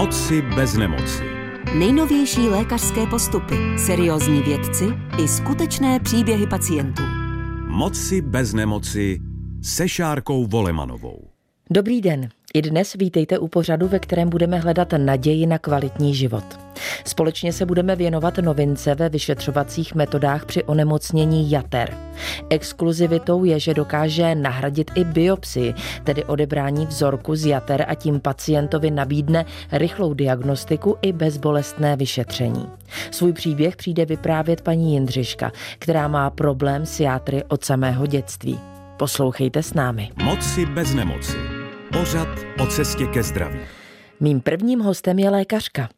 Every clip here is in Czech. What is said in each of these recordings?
Moci bez nemoci. Nejnovější lékařské postupy, seriózní vědci i skutečné příběhy pacientů. Moci bez nemoci se Šárkou Volemanovou. Dobrý den. I dnes vítejte u pořadu, ve kterém budeme hledat naději na kvalitní život. Společně se budeme věnovat novince ve vyšetřovacích metodách při onemocnění jater. Exkluzivitou je, že dokáže nahradit i biopsii, tedy odebrání vzorku z jater, a tím pacientovi nabídne rychlou diagnostiku i bezbolestné vyšetření. Svůj příběh přijde vyprávět paní Jindřiška, která má problém s játry od samého dětství. Poslouchejte s námi. Moci bez nemoci. Pořad o cestě ke zdraví. Mým prvním hostem je lékařka.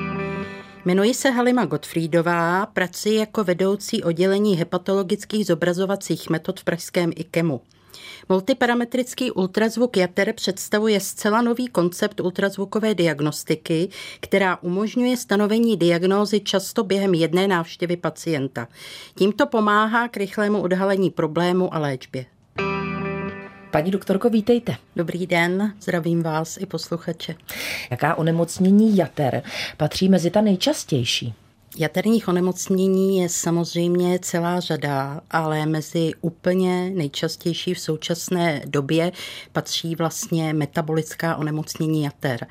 Jmenuji se Halima Gottfriedová, pracuji jako vedoucí oddělení hepatologických zobrazovacích metod v pražském IKEMu. Multiparametrický ultrazvuk jater představuje zcela nový koncept ultrazvukové diagnostiky, která umožňuje stanovení diagnózy často během jedné návštěvy pacienta. Tímto pomáhá k rychlému odhalení problému a léčbě. Paní doktorko, vítejte. Dobrý den, zdravím vás i posluchače. Jaká onemocnění jater patří mezi ta nejčastější? Jaterních onemocnění je samozřejmě celá řada, ale mezi úplně nejčastější v současné době patří vlastně metabolická onemocnění jater.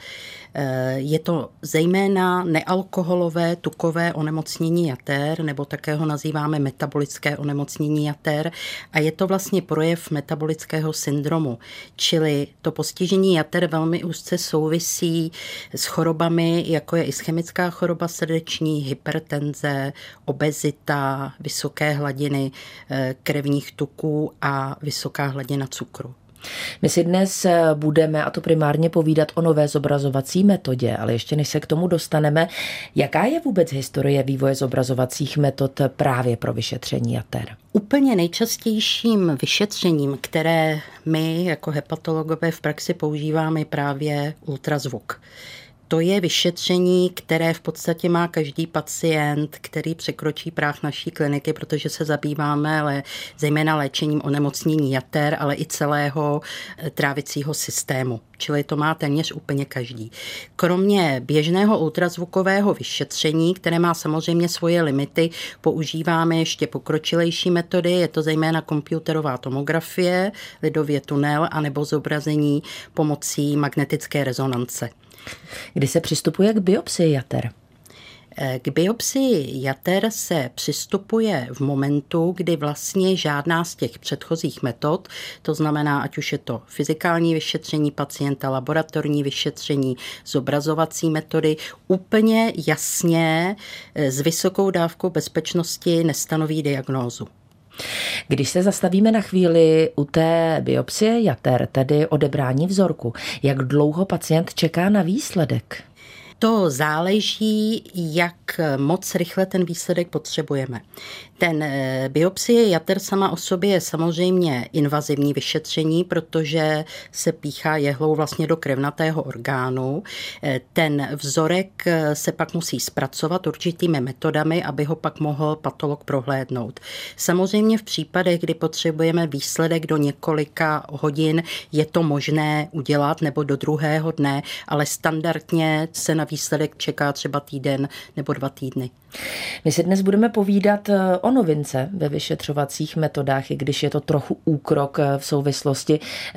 Je to zejména nealkoholové tukové onemocnění jater, nebo také ho nazýváme metabolické onemocnění jater, a je to vlastně projev metabolického syndromu, čili to postižení jater velmi úzce souvisí s chorobami, jako je ischemická choroba srdeční, hypertenze, obezita, vysoké hladiny krevních tuků a vysoká hladina cukru. My si dnes budeme, a to primárně, povídat o nové zobrazovací metodě, ale ještě než se k tomu dostaneme, jaká je vůbec historie vývoje zobrazovacích metod právě pro vyšetření jater? Úplně nejčastějším vyšetřením, které my jako hepatologové v praxi používáme, je právě ultrazvuk. To je vyšetření, které v podstatě má každý pacient, který překročí práh naší kliniky, protože se zabýváme zejména léčením onemocnění jater, ale i celého trávicího systému. Čili to má téměř úplně každý. Kromě běžného ultrazvukového vyšetření, které má samozřejmě svoje limity, používáme ještě pokročilejší metody, je to zejména komputerová tomografie, lidově tunel, anebo zobrazení pomocí magnetické rezonance. Kdy se přistupuje k biopsii jater? K biopsii jater se přistupuje v momentu, kdy vlastně žádná z těch předchozích metod, to znamená, ať už je to fyzikální vyšetření pacienta, laboratorní vyšetření, zobrazovací metody, úplně jasně s vysokou dávkou bezpečnosti nestanoví diagnózu. Když se zastavíme na chvíli u té biopsie jater, tedy odebrání vzorku, jak dlouho pacient čeká na výsledek? To záleží, jak moc rychle ten výsledek potřebujeme. Ten biopsie jater sama o sobě je samozřejmě invazivní vyšetření, protože se píchá jehlou vlastně do krevnatého orgánu. Ten vzorek se pak musí zpracovat určitými metodami, aby ho pak mohl patolog prohlédnout. Samozřejmě v případech, kdy potřebujeme výsledek do několika hodin, je to možné udělat, nebo do druhého dne, ale standardně se na výsledek čeká třeba týden nebo 2 týdny. My si dnes budeme povídat o novince ve vyšetřovacích metodách, i když je to trochu úkrok v souvislosti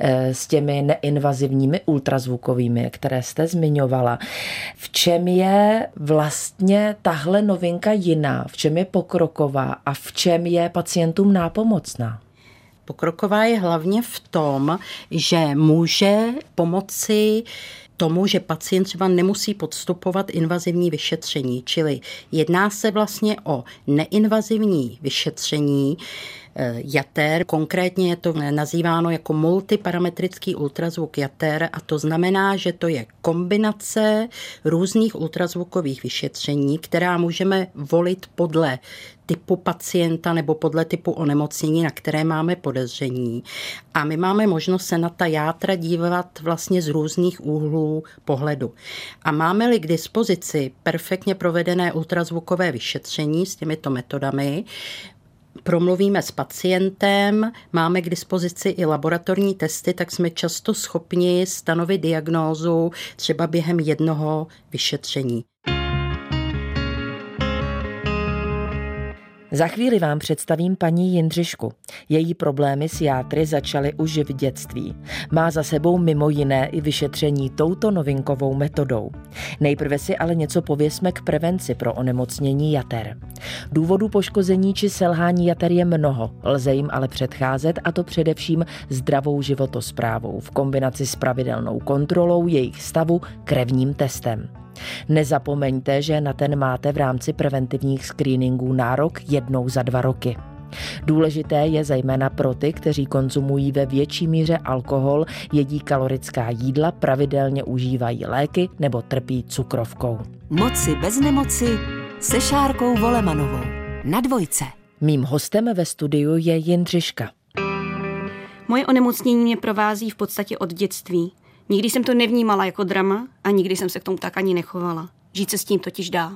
s těmi neinvazivními ultrazvukovými, které jste zmiňovala. V čem je vlastně tahle novinka jiná? V čem je pokroková a v čem je pacientům nápomocná? Pokroková je hlavně v tom, že může pomoci tomu, že pacient třeba nemusí podstupovat invazivní vyšetření, čili jedná se vlastně o neinvazivní vyšetření jater. Konkrétně je to nazýváno jako multiparametrický ultrazvuk jater, a to znamená, že to je kombinace různých ultrazvukových vyšetření, která můžeme volit podle typu pacienta nebo podle typu onemocnění, na které máme podezření. A my máme možnost se na ta játra dívat vlastně z různých úhlů pohledu. A máme-li k dispozici perfektně provedené ultrazvukové vyšetření s těmito metodami, promluvíme s pacientem, máme k dispozici i laboratorní testy, tak jsme často schopni stanovit diagnózu třeba během jednoho vyšetření. Za chvíli vám představím paní Jindřišku. Její problémy s játry začaly už v dětství. Má za sebou mimo jiné i vyšetření touto novinkovou metodou. Nejprve si ale něco pověsme k prevenci pro onemocnění jater. Důvodů poškození či selhání jater je mnoho, lze jim ale předcházet, a to především zdravou životosprávou v kombinaci s pravidelnou kontrolou jejich stavu krevním testem. Nezapomeňte, že na ten máte v rámci preventivních screeningů nárok jednou za 2 roky. Důležité je zejména pro ty, kteří konzumují ve větší míře alkohol, jedí kalorická jídla, pravidelně užívají léky nebo trpí cukrovkou. Moci bez nemoci se Šárkou Volemanovou na Dvojce. Mým hostem ve studiu je Jindřiška. Moje onemocnění mě provází v podstatě od dětství. Nikdy jsem to nevnímala jako drama a nikdy jsem se k tomu tak ani nechovala. Žít se s tím totiž dá.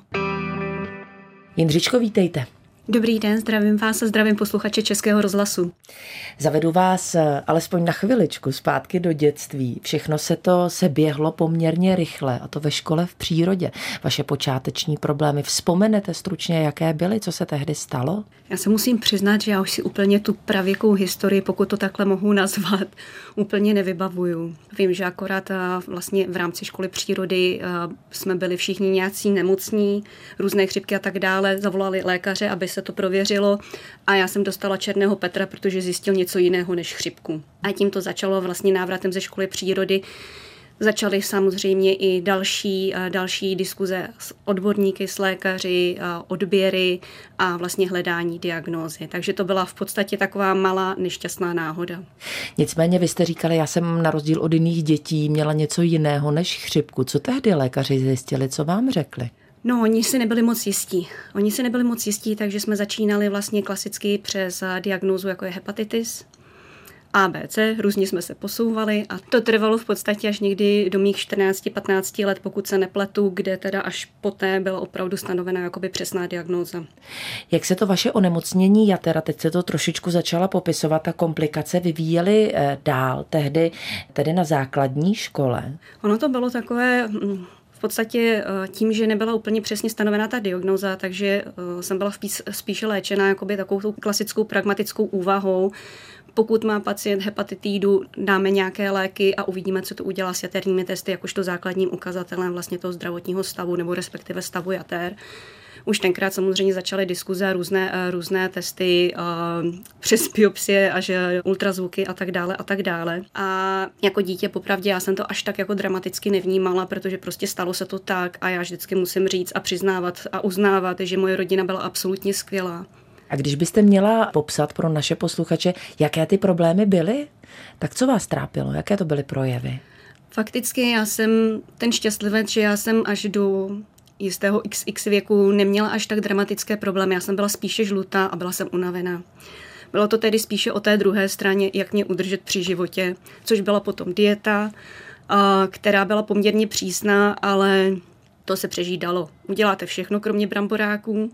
Jindřičko, vítejte. Dobrý den, zdravím vás a zdravím posluchače Českého rozhlasu. Zavedu vás alespoň na chviličku zpátky do dětství. Všechno se běhlo poměrně rychle, a to ve škole v přírodě. Vaše počáteční problémy, vzpomenete stručně, jaké byly, co se tehdy stalo? Já se musím přiznat, že já už si úplně tu pravěkou historii, pokud to takhle mohu nazvat, úplně nevybavuju. Vím, že akorát vlastně v rámci školy přírody jsme byli všichni nějací nemocní, různé chřipky a tak dále, zavolali lékaře, aby se to prověřilo, a já jsem dostala černého Petra, protože zjistil něco jiného než chřipku. A tím to začalo vlastně návratem ze školy přírody. Začaly samozřejmě i další diskuze s odborníky, s lékaři, odběry a vlastně hledání diagnózy. Takže to byla v podstatě taková malá nešťastná náhoda. Nicméně vy jste říkali, já jsem na rozdíl od jiných dětí měla něco jiného než chřipku. Co tehdy lékaři zjistili, co vám řekli? No, oni si nebyli moc jistí, takže jsme začínali vlastně klasicky přes diagnózu, jako je hepatitis, ABC, různě jsme se posouvali a to trvalo v podstatě až někdy do mých 14-15 let, pokud se nepletu, kde teda až poté byla opravdu stanovena jakoby přesná diagnóza. Jak se to vaše onemocnění jater, teď se to trošičku začala popisovat, a komplikace vyvíjely dál tehdy, tedy na základní škole? Ono to bylo takové... V podstatě tím, že nebyla úplně přesně stanovená ta diagnóza, takže jsem byla spíše léčena jakoby takovou klasickou pragmatickou úvahou. Pokud má pacient hepatitidu, dáme nějaké léky a uvidíme, co to udělá s jaterními testy, jakožto základním ukazatelem vlastně toho zdravotního stavu nebo respektive stavu jater. Už tenkrát samozřejmě začaly diskuze a různé testy přes biopsie až ultrazvuky a tak dále a tak dále. A jako dítě popravdě já jsem to až tak jako dramaticky nevnímala, protože prostě stalo se to tak a já vždycky musím říct a přiznávat a uznávat, že moje rodina byla absolutně skvělá. A když byste měla popsat pro naše posluchače, jaké ty problémy byly, tak co vás trápilo? Jaké to byly projevy? Fakticky já jsem ten šťastlivec, že já jsem až do jistého XX věku neměla až tak dramatické problémy. Já jsem byla spíše žlutá a byla jsem unavená. Bylo to tedy spíše o té druhé straně, jak mě udržet při životě, což byla potom dieta, která byla poměrně přísná, ale to se přežít dalo. Uděláte všechno, kromě bramboráků.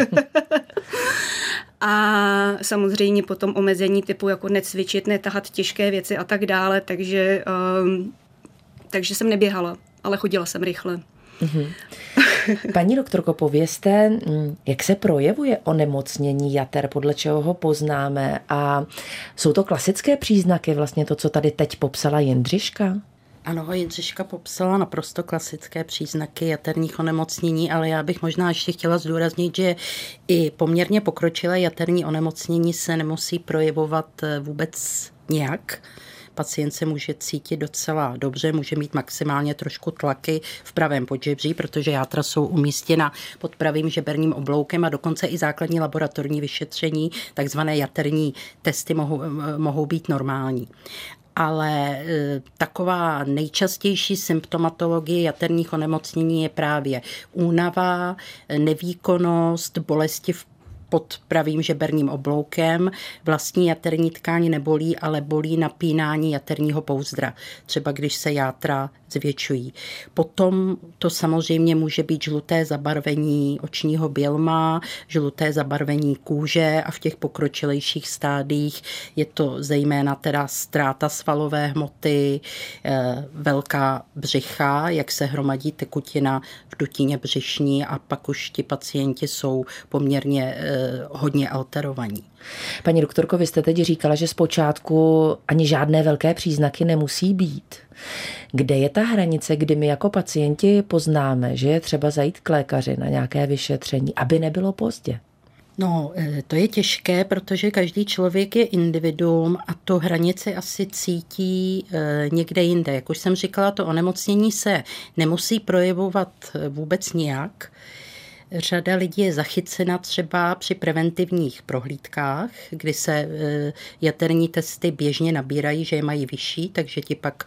A samozřejmě potom omezení typu jako necvičit, netahat těžké věci a tak dále, takže jsem neběhala, ale chodila jsem rychle. Paní doktorko, povězte, jak se projevuje onemocnění jater, podle čeho ho poznáme, a jsou to klasické příznaky, vlastně to, co tady teď popsala Jindřiška? Ano, Jindřiška popsala naprosto klasické příznaky jaterních onemocnění, ale já bych možná ještě chtěla zdůraznit, že i poměrně pokročilé jaterní onemocnění se nemusí projevovat vůbec nějak. Pacient se může cítit docela dobře, může mít maximálně trošku tlaky v pravém podžebří, protože játra jsou umístěna pod pravým žeberním obloukem a dokonce i základní laboratorní vyšetření, takzvané jaterní testy mohou být normální. Ale taková nejčastější symptomatologie jaterních onemocnění je právě únava, nevýkonnost, bolesti pod pravým žeberním obloukem. Vlastní jaterní tkáň nebolí, ale bolí napínání jaterního pouzdra. Třeba když se játra zvětšují. Potom to samozřejmě může být žluté zabarvení očního bělma, žluté zabarvení kůže a v těch pokročilejších stádiích je to zejména teda ztráta svalové hmoty, velká břicha, jak se hromadí tekutina v dutině břišní a pak už ti pacienti jsou poměrně hodně alterovaní. Paní doktorko, vy jste teď říkala, že zpočátku ani žádné velké příznaky nemusí být. Kde je ta hranice, kdy my jako pacienti poznáme, že je třeba zajít k lékaři na nějaké vyšetření, aby nebylo pozdě? No, to je těžké, protože každý člověk je individuum a tu hranici asi cítí někde jinde. Jak už jsem říkala, to onemocnění se nemusí projevovat vůbec nijak. Řada lidí je zachycena třeba při preventivních prohlídkách, kdy se jaterní testy běžně nabírají, že je mají vyšší, takže ti pak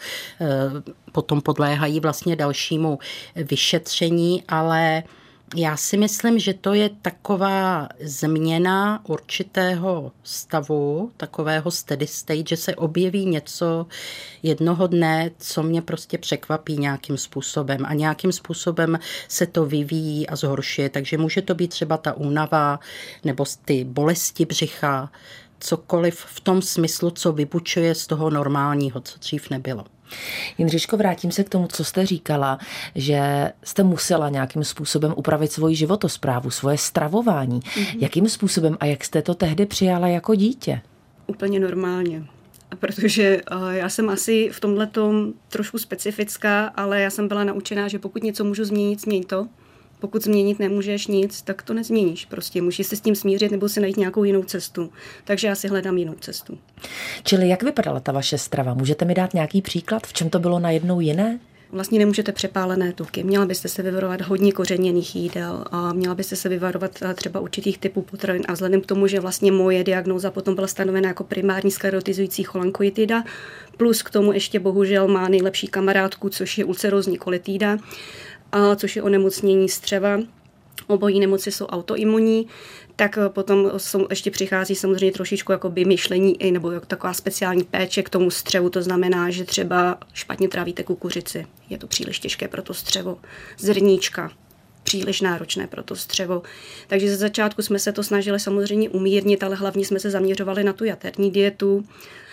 potom podléhají vlastně dalšímu vyšetření, ale já si myslím, že to je taková změna určitého stavu, takového steady state, že se objeví něco jednoho dne, co mě prostě překvapí nějakým způsobem a nějakým způsobem se to vyvíjí a zhoršuje, takže může to být třeba ta únava nebo ty bolesti břicha, cokoliv v tom smyslu, co vybučuje z toho normálního, co dřív nebylo. Jindřiško, vrátím se k tomu, co jste říkala, že jste musela nějakým způsobem upravit svoji životosprávu, svoje stravování. Jakým způsobem a jak jste to tehdy přijala jako dítě? Úplně normálně. Protože já jsem asi v tomhletom trošku specifická, ale já jsem byla naučená, že pokud něco můžu změnit, změň to. Pokud změnit nemůžeš nic, tak to nezměníš. Prostě musíš se s tím smířit nebo si najít nějakou jinou cestu. Takže já si hledám jinou cestu. Čili jak vypadala ta vaše strava? Můžete mi dát nějaký příklad? V čem to bylo najednou jiné? Vlastně nemůžete přepálené tuky. Měla byste se vyvarovat hodně kořeněných jídel a měla byste se vyvarovat třeba určitých typů potravin. A vzhledem k tomu, že vlastně moje diagnóza potom byla stanovena jako primární sklerotizující cholankoitida, plus k tomu ještě bohužel má nejlepší kamarádku, což je ulcerózní kolitída, což je onemocnění střeva. Obojí nemoci jsou autoimunní, tak potom ještě přichází samozřejmě trošičku jakoby myšlení nebo taková speciální péče k tomu střevu. To znamená, že třeba špatně trávíte kukuřici. Je to příliš těžké pro to střevo. Zrníčka. Příliš náročné pro to střevo. Takže ze začátku jsme se to snažili samozřejmě umírnit, ale hlavně jsme se zaměřovali na tu jaterní dietu.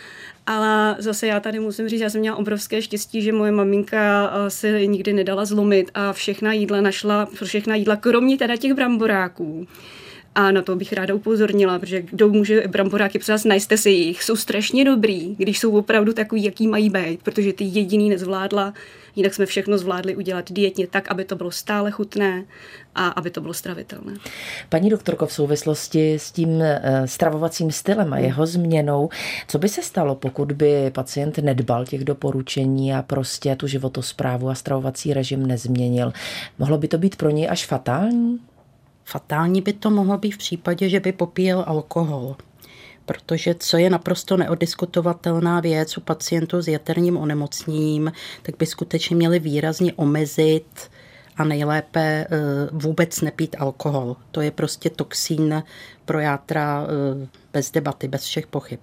Ale zase já tady musím říct, já jsem měla obrovské štěstí, že moje maminka se nikdy nedala zlomit a všechna jídla, kromě teda těch bramboráků. A na to bych ráda upozornila, protože kdo může bramboráky přes najste si jich, jsou strašně dobrý, když jsou opravdu takový, jaký mají být, protože ty jediný nezvládla, jinak jsme všechno zvládli udělat dietně tak, aby to bylo stále chutné a aby to bylo stravitelné. Paní doktorko, v souvislosti s tím stravovacím stylem a jeho změnou, co by se stalo, pokud by pacient nedbal těch doporučení a prostě tu životosprávu a stravovací režim nezměnil? Mohlo by to být pro něj až fatální? Fatální by to mohlo být v případě, že by popíjel alkohol. Protože co je naprosto neodiskutovatelná věc u pacientů s jaterním onemocněním, tak by skutečně měli výrazně omezit a nejlépe vůbec nepít alkohol. To je prostě toxín pro játra bez debaty, bez všech pochyb.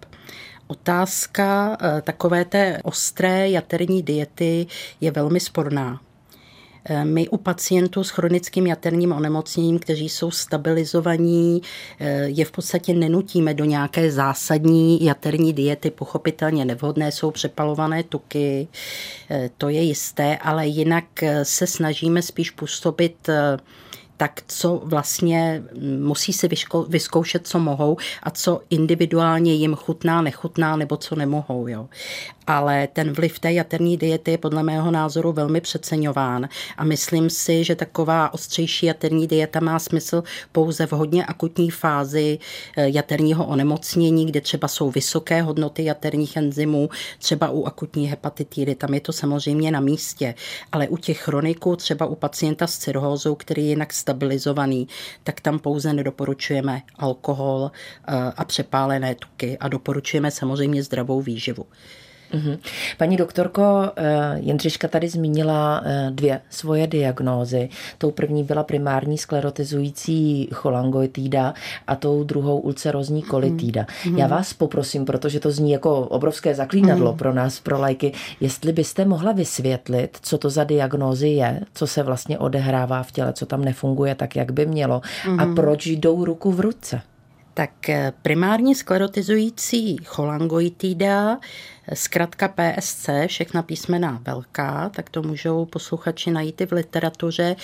Otázka takové té ostré jaterní diety je velmi sporná. My u pacientů s chronickým jaterním onemocněním, kteří jsou stabilizovaní, je v podstatě nenutíme do nějaké zásadní jaterní diety. Pochopitelně nevhodné jsou přepalované tuky, to je jisté, ale jinak se snažíme spíš působit tak co vlastně musí si vyzkoušet, co mohou a co individuálně jim chutná, nechutná nebo co nemohou. Jo. Ale ten vliv té jaterní diety je podle mého názoru velmi přeceňován a myslím si, že taková ostřejší jaterní dieta má smysl pouze v hodně akutní fázi jaterního onemocnění, kde třeba jsou vysoké hodnoty jaterních enzymů, třeba u akutní hepatitidy, tam je to samozřejmě na místě, ale u těch chroniků, třeba u pacienta s cirhózou, který je jinak stabilizovaný, tak tam pouze nedoporučujeme alkohol a přepálené tuky a doporučujeme samozřejmě zdravou výživu. Paní doktorko, Jindřiška tady zmínila 2 svoje diagnózy. Tou první byla primární sklerotizující cholangoitída a tou druhou ulcerózní kolitída. Já vás poprosím, protože to zní jako obrovské zaklínadlo pro nás, pro laiky, jestli byste mohla vysvětlit, co to za diagnózy je, co se vlastně odehrává v těle, co tam nefunguje tak, jak by mělo a proč jdou ruku v ruce. Tak primární sklerotizující cholangoitída, zkratka PSC, všechna písmena velká, tak to můžou posluchači najít i v literatuře,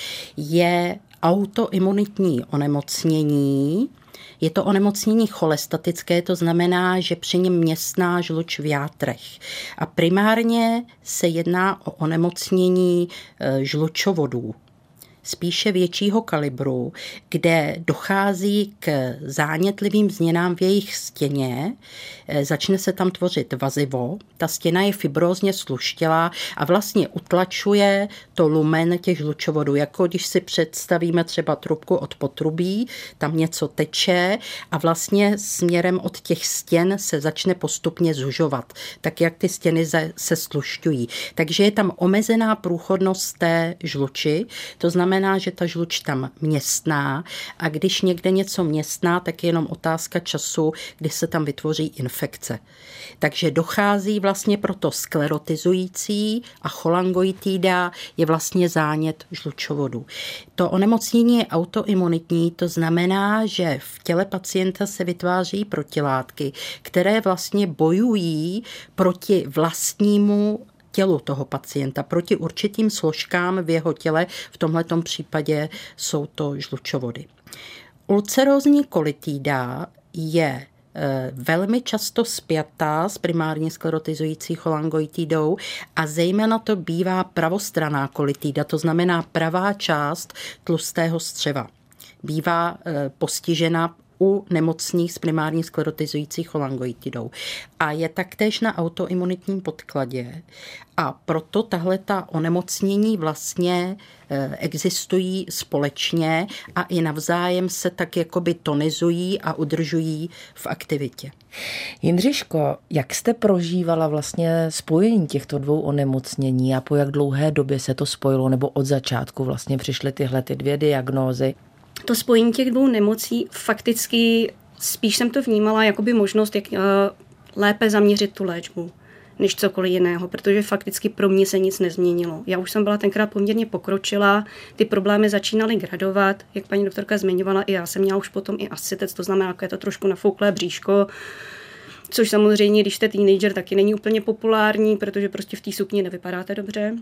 je autoimunitní onemocnění. Je to onemocnění cholestatické, to znamená, že při něm městná žluč v játrech. A primárně se jedná o onemocnění žlučovodů, spíše většího kalibru, kde dochází k zánětlivým změnám v jejich stěně, začne se tam tvořit vazivo, ta stěna je fibrózně sluštělá a vlastně utlačuje to lumen těch žlučovodů, jako když si představíme třeba trubku od potrubí, tam něco teče a vlastně směrem od těch stěn se začne postupně zužovat, tak jak ty stěny se slušťují. Takže je tam omezená průchodnost té žluči, to znamená, že ta žluč tam městná a když někde něco městná, tak je jenom otázka času, kdy se tam vytvoří infekce. Takže dochází vlastně proto sklerotizující a cholangoitída je vlastně zánět žlučovodu. To onemocnění je autoimunitní, to znamená, že v těle pacienta se vytváří protilátky, které vlastně bojují proti vlastnímu tělu toho pacienta, proti určitým složkám v jeho těle, v tomhletom případě jsou to žlučovody. Ulcerózní kolitída je velmi často spjatá s primárně sklerotizující cholangoitidou a zejména to bývá pravostranná kolitída, to znamená pravá část tlustého střeva. Bývá postižena u nemocných s primární sklerotizující cholangoitidou. A je taktéž na autoimunitním podkladě a proto tahleta onemocnění vlastně existují společně a i navzájem se tak jakoby tonizují a udržují v aktivitě. Jindřiško, jak jste prožívala vlastně spojení těchto 2 onemocnění a po jak dlouhé době se to spojilo, nebo od začátku vlastně přišly tyhle 2 diagnózy? To spojení těch 2 nemocí fakticky spíš jsem to vnímala jako by možnost, jak lépe zaměřit tu léčbu, než cokoliv jiného, protože fakticky pro mě se nic nezměnilo. Já už jsem byla tenkrát poměrně pokročilá, ty problémy začínaly gradovat, jak paní doktorka zmiňovala, i já jsem měla už potom i ascitec, to znamená, jako je to trošku nafouklé bříško, což samozřejmě, když jste teenager, taky není úplně populární, protože prostě v té sukni nevypadáte dobře.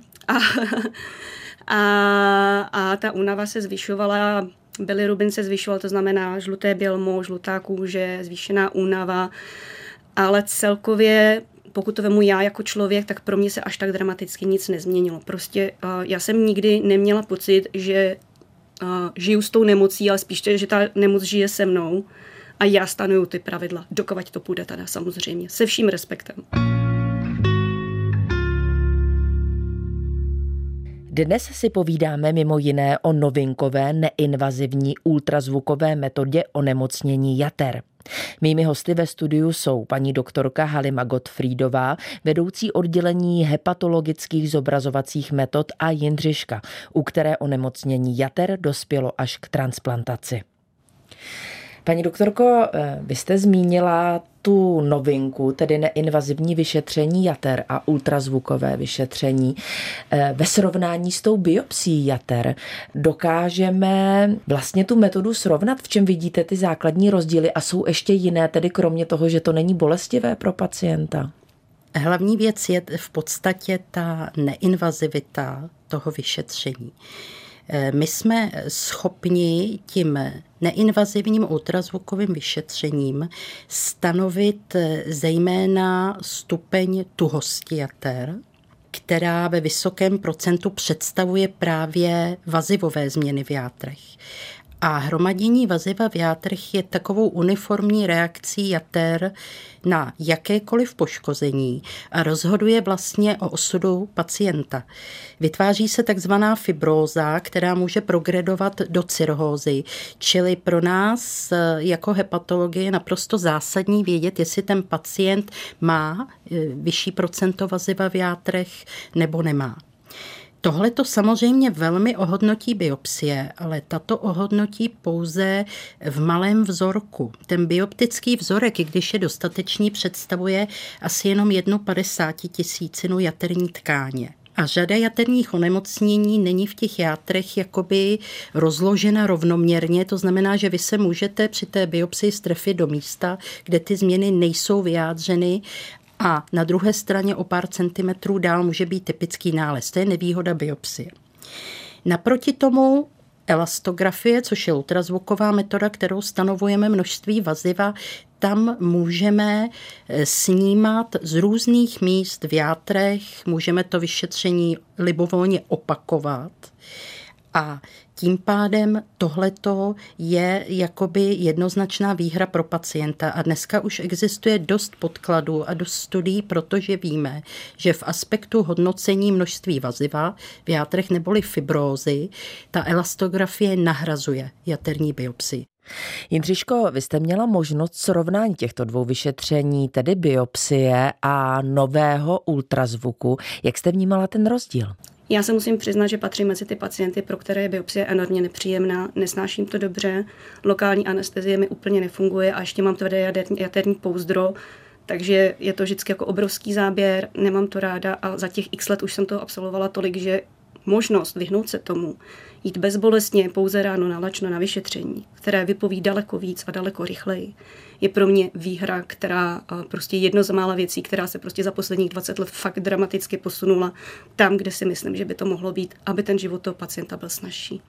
A ta únava se zvyšovala, bilirubin se zvyšoval, to znamená žluté bělmo, žlutá kůže, zvýšená únava, ale celkově, pokud to vemu já jako člověk, tak pro mě se až tak dramaticky nic nezměnilo. Prostě já jsem nikdy neměla pocit, že žiju s tou nemocí, ale spíš, že ta nemoc žije se mnou a já stanuju ty pravidla, dokud to půjde teda samozřejmě, se vším respektem. Dnes si povídáme mimo jiné o novinkové neinvazivní ultrazvukové metodě onemocnění jater. Mými hosty ve studiu jsou paní doktorka Halima Gottfriedová, vedoucí oddělení hepatologických zobrazovacích metod, a Jindřiška, u které onemocnění jater dospělo až k transplantaci. Paní doktorko, vy jste zmínila tu novinku, tedy neinvazivní vyšetření jater a ultrazvukové vyšetření. Ve srovnání s tou biopsií jater dokážeme vlastně tu metodu srovnat, v čem vidíte ty základní rozdíly a jsou ještě jiné, tedy kromě toho, že to není bolestivé pro pacienta? Hlavní věc je v podstatě ta neinvazivita toho vyšetření. My jsme schopni tím neinvazivním ultrazvukovým vyšetřením stanovit zejména stupeň tuhosti jater, která ve vysokém procentu představuje právě vazivové změny v játrech. A hromadění vaziva v játrech je takovou uniformní reakcí jater na jakékoliv poškození a rozhoduje vlastně o osudu pacienta. Vytváří se takzvaná fibróza, která může progredovat do cirhózy, čili pro nás jako hepatologie je naprosto zásadní vědět, jestli ten pacient má vyšší procento vaziva v játrech nebo nemá. Tohle to samozřejmě velmi ohodnotí biopsie, ale tato ohodnotí pouze v malém vzorku. Ten bioptický vzorek, i když je dostatečný, představuje asi jenom 1/50 jaterní tkáně. A řada jaterních onemocnění není v těch játrech jakoby rozložena rovnoměrně, to znamená, že vy se můžete při té biopsii strefit do místa, kde ty změny nejsou vyjádřeny, a na druhé straně o pár centimetrů dál může být typický nález. To je nevýhoda biopsie. Naproti tomu elastografie, což je ultrazvuková metoda, kterou stanovujeme množství vaziva, tam můžeme snímat z různých míst v játrech, můžeme to vyšetření libovolně opakovat a tím pádem tohleto je jakoby jednoznačná výhra pro pacienta a dneska už existuje dost podkladů a dost studií, protože víme, že v aspektu hodnocení množství vaziva v játrech neboli fibrózy, ta elastografie nahrazuje jaterní biopsii. Jindřiško, vy jste měla možnost srovnání těchto dvou vyšetření, tedy biopsie a nového ultrazvuku. Jak jste vnímala ten rozdíl? Já se musím přiznat, že patřím mezi ty pacienty, pro které je biopsie enormně nepříjemná, nesnáším to dobře, lokální anestezie mi úplně nefunguje a ještě mám tvrdé jaterní pouzdro, takže je to vždycky jako obrovský záběr, nemám to ráda a za těch x let už jsem to absolvovala tolik, že možnost vyhnout se tomu, jít bezbolestně pouze ráno na lačno na vyšetření, které vypoví daleko víc a daleko rychleji, je pro mě výhra, která prostě jedno z mála věcí, která se prostě za posledních 20 let fakt dramaticky posunula tam, kde si myslím, že by to mohlo být, aby ten život toho pacienta byl snazší.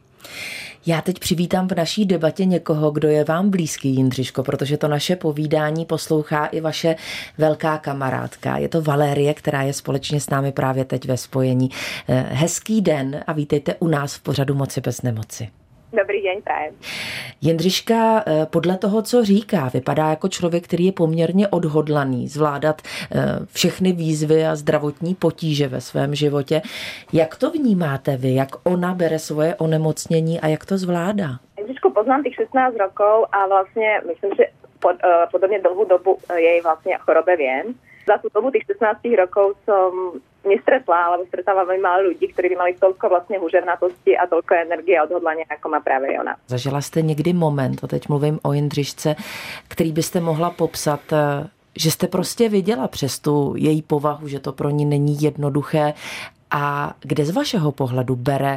Já teď přivítám v naší debatě někoho, kdo je vám blízký, Jindřiško, protože to naše povídání poslouchá i vaše velká kamarádka. Je to Valérie, která je společně s námi právě teď ve spojení. Hezký den a vítejte u nás v pořadu Moci bez nemoci. Dobrý deň, prajem. Jindřiška podle toho, co říká, vypadá jako člověk, který je poměrně odhodlaný zvládat všechny výzvy a zdravotní potíže ve svém životě. Jak to vnímáte vy? Jak ona bere svoje onemocnění a jak to zvládá? Jindřišku poznám tých 16 rokov a vlastně myslím, že podobně dlhú dobu jej vlastně chorobe viem. Za tú dobu tých 16 rokov som nestretla, alebo stretávam veľmi málo ľudí, ktorí by mali toľko vlastne húževnatosti a toľko energie a odhodlania, ako má právě ona. Zažila jste někdy moment, a teď mluvím o Jindřišce, který byste mohla popsat, že jste prostě viděla přes tu její povahu, že to pro ní není jednoduché, a kde z vašeho pohledu bere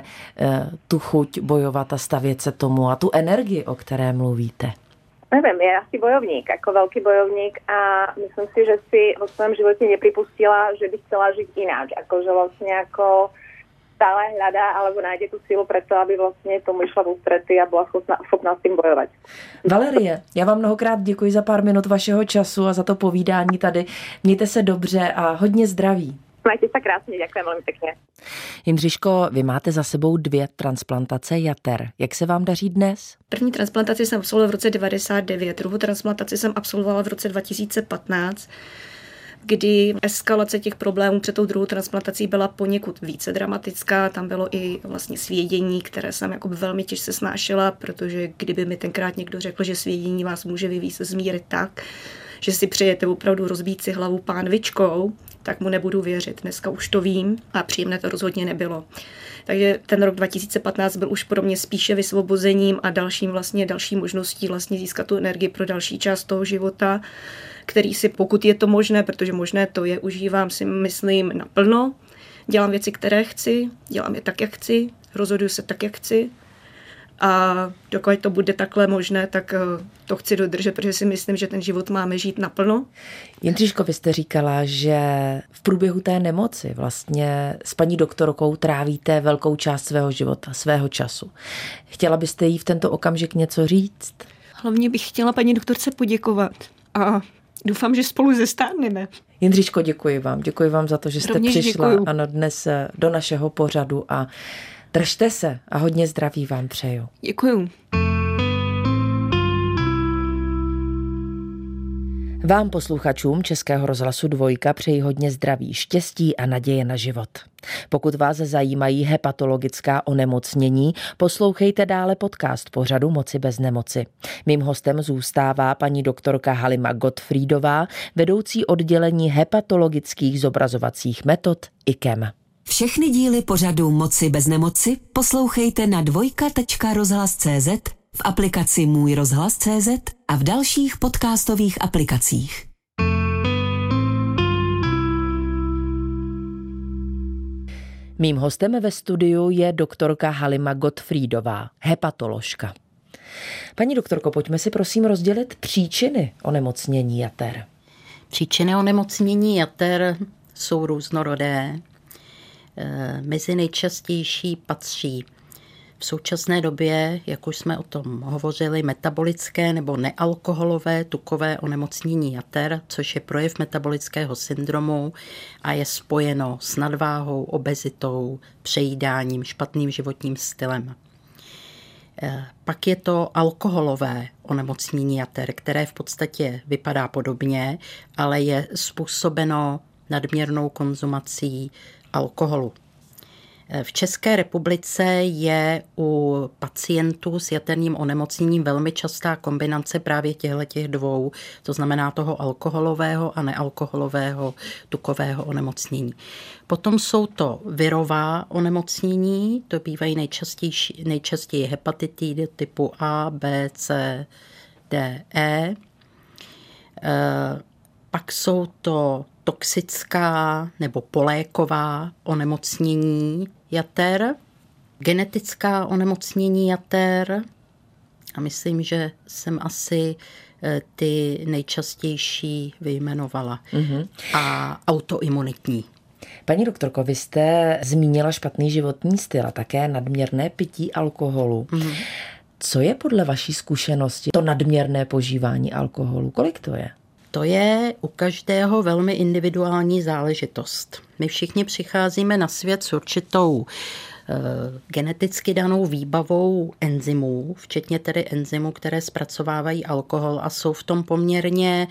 tu chuť bojovat a stavět se tomu a tu energii, o které mluvíte? Neviem, je asi bojovník, ako veľký bojovník a myslím si, že si vo svojom živote nepripustila, že by chcela žiť ináč. Akože vlastne ako stále hľadá alebo nájde tú silu preto, aby vlastne tomu išla v ústrety a bola schopná s tým bojovať. Valerie, já vám mnohokrát děkuji za pár minut vašeho času a za to povídání tady. Mějte se dobře a hodně zdraví. Majte sa krásne, ďakujem veľmi pekne. Jindřiško, vy máte za sebou 2 transplantace jater. Jak se vám daří dnes? První transplantaci jsem absolvovala v roce 1999, druhou transplantaci jsem absolvovala v roce 2015, kdy eskalace těch problémů před tou druhou transplantací byla poněkud více dramatická. Tam bylo i vlastně svědění, které jsem jako velmi těžce snášela, protože kdyby mi tenkrát někdo řekl, že svědění vás může vyvízt z míry tak, že si přejete opravdu rozbít si hlavu pánvičkou, tak mu nebudu věřit. Dneska už to vím a příjemné to rozhodně nebylo. Takže ten rok 2015 byl už pro mě spíše vysvobozením a další možností vlastně získat tu energii pro další část toho života, který si, pokud je to možné, protože možné to je, užívám si, myslím, naplno. Dělám věci, které chci, dělám je tak, jak chci, rozhoduju se tak, jak chci. A dokud to bude takhle možné, tak to chci dodržet, protože si myslím, že ten život máme žít naplno. Jindřiško, vy jste říkala, že v průběhu té nemoci vlastně s paní doktorkou trávíte velkou část svého života, svého času. Chtěla byste jí v tento okamžik něco říct? Hlavně bych chtěla paní doktorce poděkovat a doufám, že spolu zestárneme. Jindřiško, děkuji vám za to, že jste přišla dnes do našeho pořadu a držte se a hodně zdraví vám přeju. Děkuju. Vám posluchačům Českého rozhlasu Dvojka přeji hodně zdraví, štěstí a naděje na život. Pokud vás zajímají hepatologická onemocnění, poslouchejte dále podcast pořadu Moci bez nemoci. Mým hostem zůstává paní doktorka Halima Gottfriedová, vedoucí oddělení hepatologických zobrazovacích metod IKEM. Všechny díly pořadu Moci bez nemoci poslouchejte na dvojka.rozhlas.cz, v aplikaci Můj rozhlas.cz a v dalších podcastových aplikacích. Mým hostem ve studiu je doktorka Halima Gottfriedová, hepatoložka. Paní doktorko, pojďme si prosím rozdělit příčiny onemocnění jater. Příčiny onemocnění jater jsou různorodé. Mezi nejčastější patří v současné době, jak už jsme o tom hovořili, metabolické nebo nealkoholové tukové onemocnění jater, což je projev metabolického syndromu a je spojeno s nadváhou, obezitou, přejídáním, špatným životním stylem. Pak je to alkoholové onemocnění jater, které v podstatě vypadá podobně, ale je způsobeno nadměrnou konzumací alkoholu. V České republice je u pacientů s jaterním onemocněním velmi častá kombinace právě těchto dvou, to znamená toho alkoholového a nealkoholového tukového onemocnění. Potom jsou to virová onemocnění, to bývají nejčastěji hepatitidy typu A, B, C, D, E. Pak jsou to toxická nebo poléková onemocnění jater, genetická onemocnění jater a myslím, že jsem asi ty nejčastější vyjmenovala. A autoimunitní. Paní doktorko, vy jste zmínila špatný životní styl a také nadměrné pití alkoholu. Co je podle vaší zkušenosti to nadměrné požívání alkoholu? Kolik to je? To je u každého velmi individuální záležitost. My všichni přicházíme na svět s určitou geneticky danou výbavou enzymů, včetně tedy enzymů, které zpracovávají alkohol a jsou v tom poměrně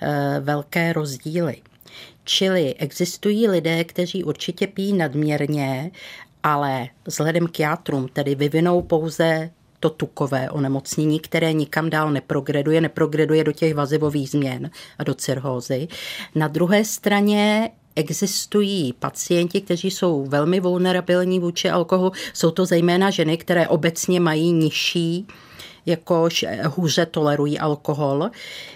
velké rozdíly. Čili existují lidé, kteří určitě pijí nadměrně, ale vzhledem k játrům tedy vyvinou pouze to tukové onemocnění, které nikam dál neprogreduje do těch vazivových změn a do cirhózy. Na druhé straně existují pacienti, kteří jsou velmi vulnerabilní vůči alkoholu. Jsou to zejména ženy, které obecně mají nižší, jakož hůře tolerují alkohol,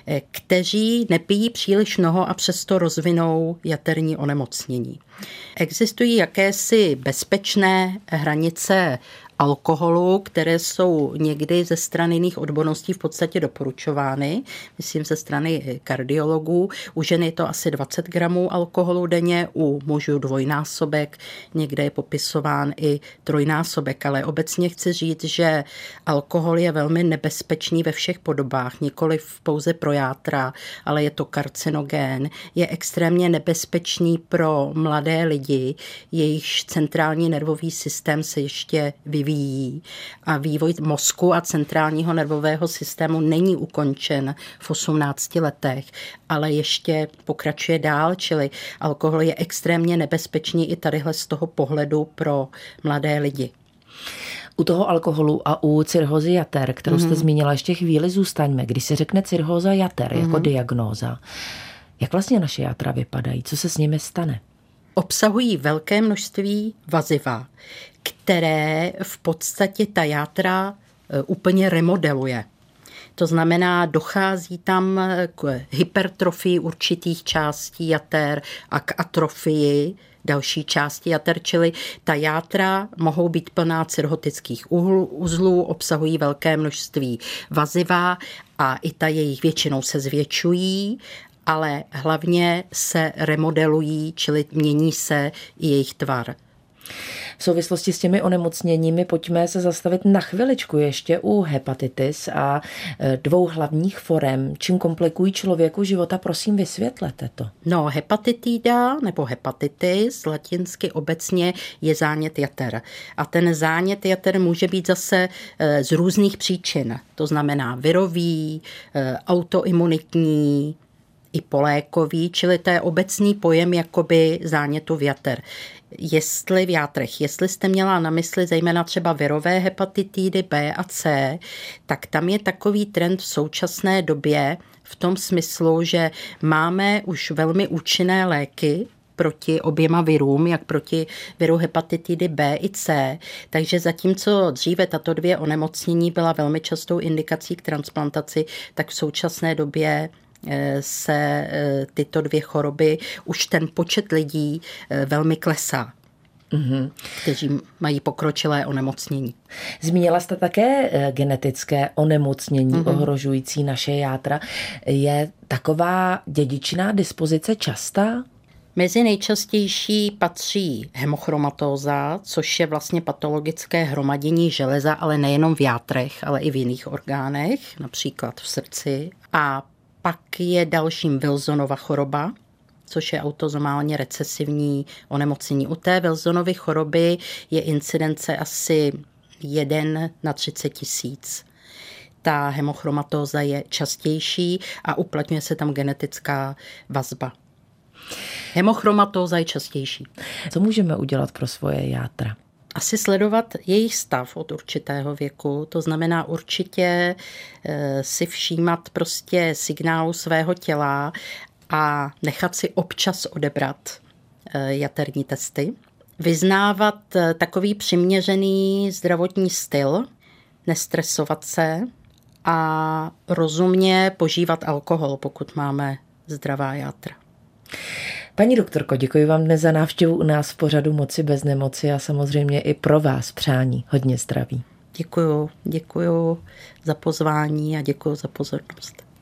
kteří nepijí příliš mnoho a přesto rozvinou jaterní onemocnění. Existují jakési bezpečné hranice alkoholu, které jsou někdy ze strany jiných odborností v podstatě doporučovány, myslím ze strany kardiologů. U žen je to asi 20 gramů alkoholu denně, u mužů dvojnásobek, někde je popisován i trojnásobek, ale obecně chci říct, že alkohol je velmi nebezpečný ve všech podobách, nikoliv pouze pro játra, ale je to karcinogén, je extrémně nebezpečný pro mladé lidi, jejichž centrální nervový systém se ještě vyvíjí a vývoj mozku a centrálního nervového systému není ukončen v 18 letech, ale ještě pokračuje dál, čili alkohol je extrémně nebezpečný i tadyhle z toho pohledu pro mladé lidi. U toho alkoholu a u cirhózy jater, kterou jste zmínila, ještě chvíli zůstaňme. Když se řekne cirhóza jater jako diagnóza, jak vlastně naše játra vypadají? Co se s nimi stane? Obsahují velké množství vaziva, které v podstatě ta játra úplně remodeluje. To znamená, dochází tam k hypertrofii určitých částí jater a k atrofii další části jater, čili ta játra mohou být plná cirhotických uzlů, obsahují velké množství vaziva a i ta jejich většinou se zvětšují, ale hlavně se remodelují, čili mění se i jejich tvar. V souvislosti s těmi onemocněními pojďme se zastavit na chviličku ještě u hepatitis a dvou hlavních forem. Čím komplikují člověku života, prosím vysvětlete to. No, hepatitida nebo hepatitis latinsky obecně je zánět jater. A ten zánět jater může být zase z různých příčin. To znamená virový, autoimunitní, i polékový, čili to je obecný pojem jakoby zánětu v jater. Jestli v játrech, jestli jste měla na mysli zejména třeba virové hepatitidy B a C, tak tam je takový trend v současné době v tom smyslu, že máme už velmi účinné léky proti oběma virům, jak proti viru hepatitidy B i C. Takže zatímco dříve tato dvě onemocnění byla velmi častou indikací k transplantaci, tak v současné době se tyto dvě choroby, už ten počet lidí velmi klesá, kteří mají pokročilé onemocnění. Zmínila jste také genetické onemocnění ohrožující naše játra. Je taková dědičná dispozice častá? Mezi nejčastější patří hemochromatóza, což je vlastně patologické hromadění železa, ale nejenom v játrech, ale i v jiných orgánech, například v srdci. A pak je dalším Wilsonova choroba, což je autozomálně recesivní onemocnění. U té Wilsonovy choroby je incidence asi 1 na 30 000. Ta hemochromatóza je častější a uplatňuje se tam genetická vazba. Hemochromatóza je častější. Co můžeme udělat pro svoje játra? Asi sledovat jejich stav od určitého věku, to znamená určitě si všímat prostě signálu svého těla a nechat si občas odebrat jaterní testy. Vyznávat takový přiměřený zdravotní styl, nestresovat se a rozumně požívat alkohol, pokud máme zdravá játra. Paní doktorko, děkuji vám dnes za návštěvu u nás v pořadu Moci bez nemoci a samozřejmě i pro vás přání hodně zdraví. Děkuju za pozvání a děkuju za pozornost.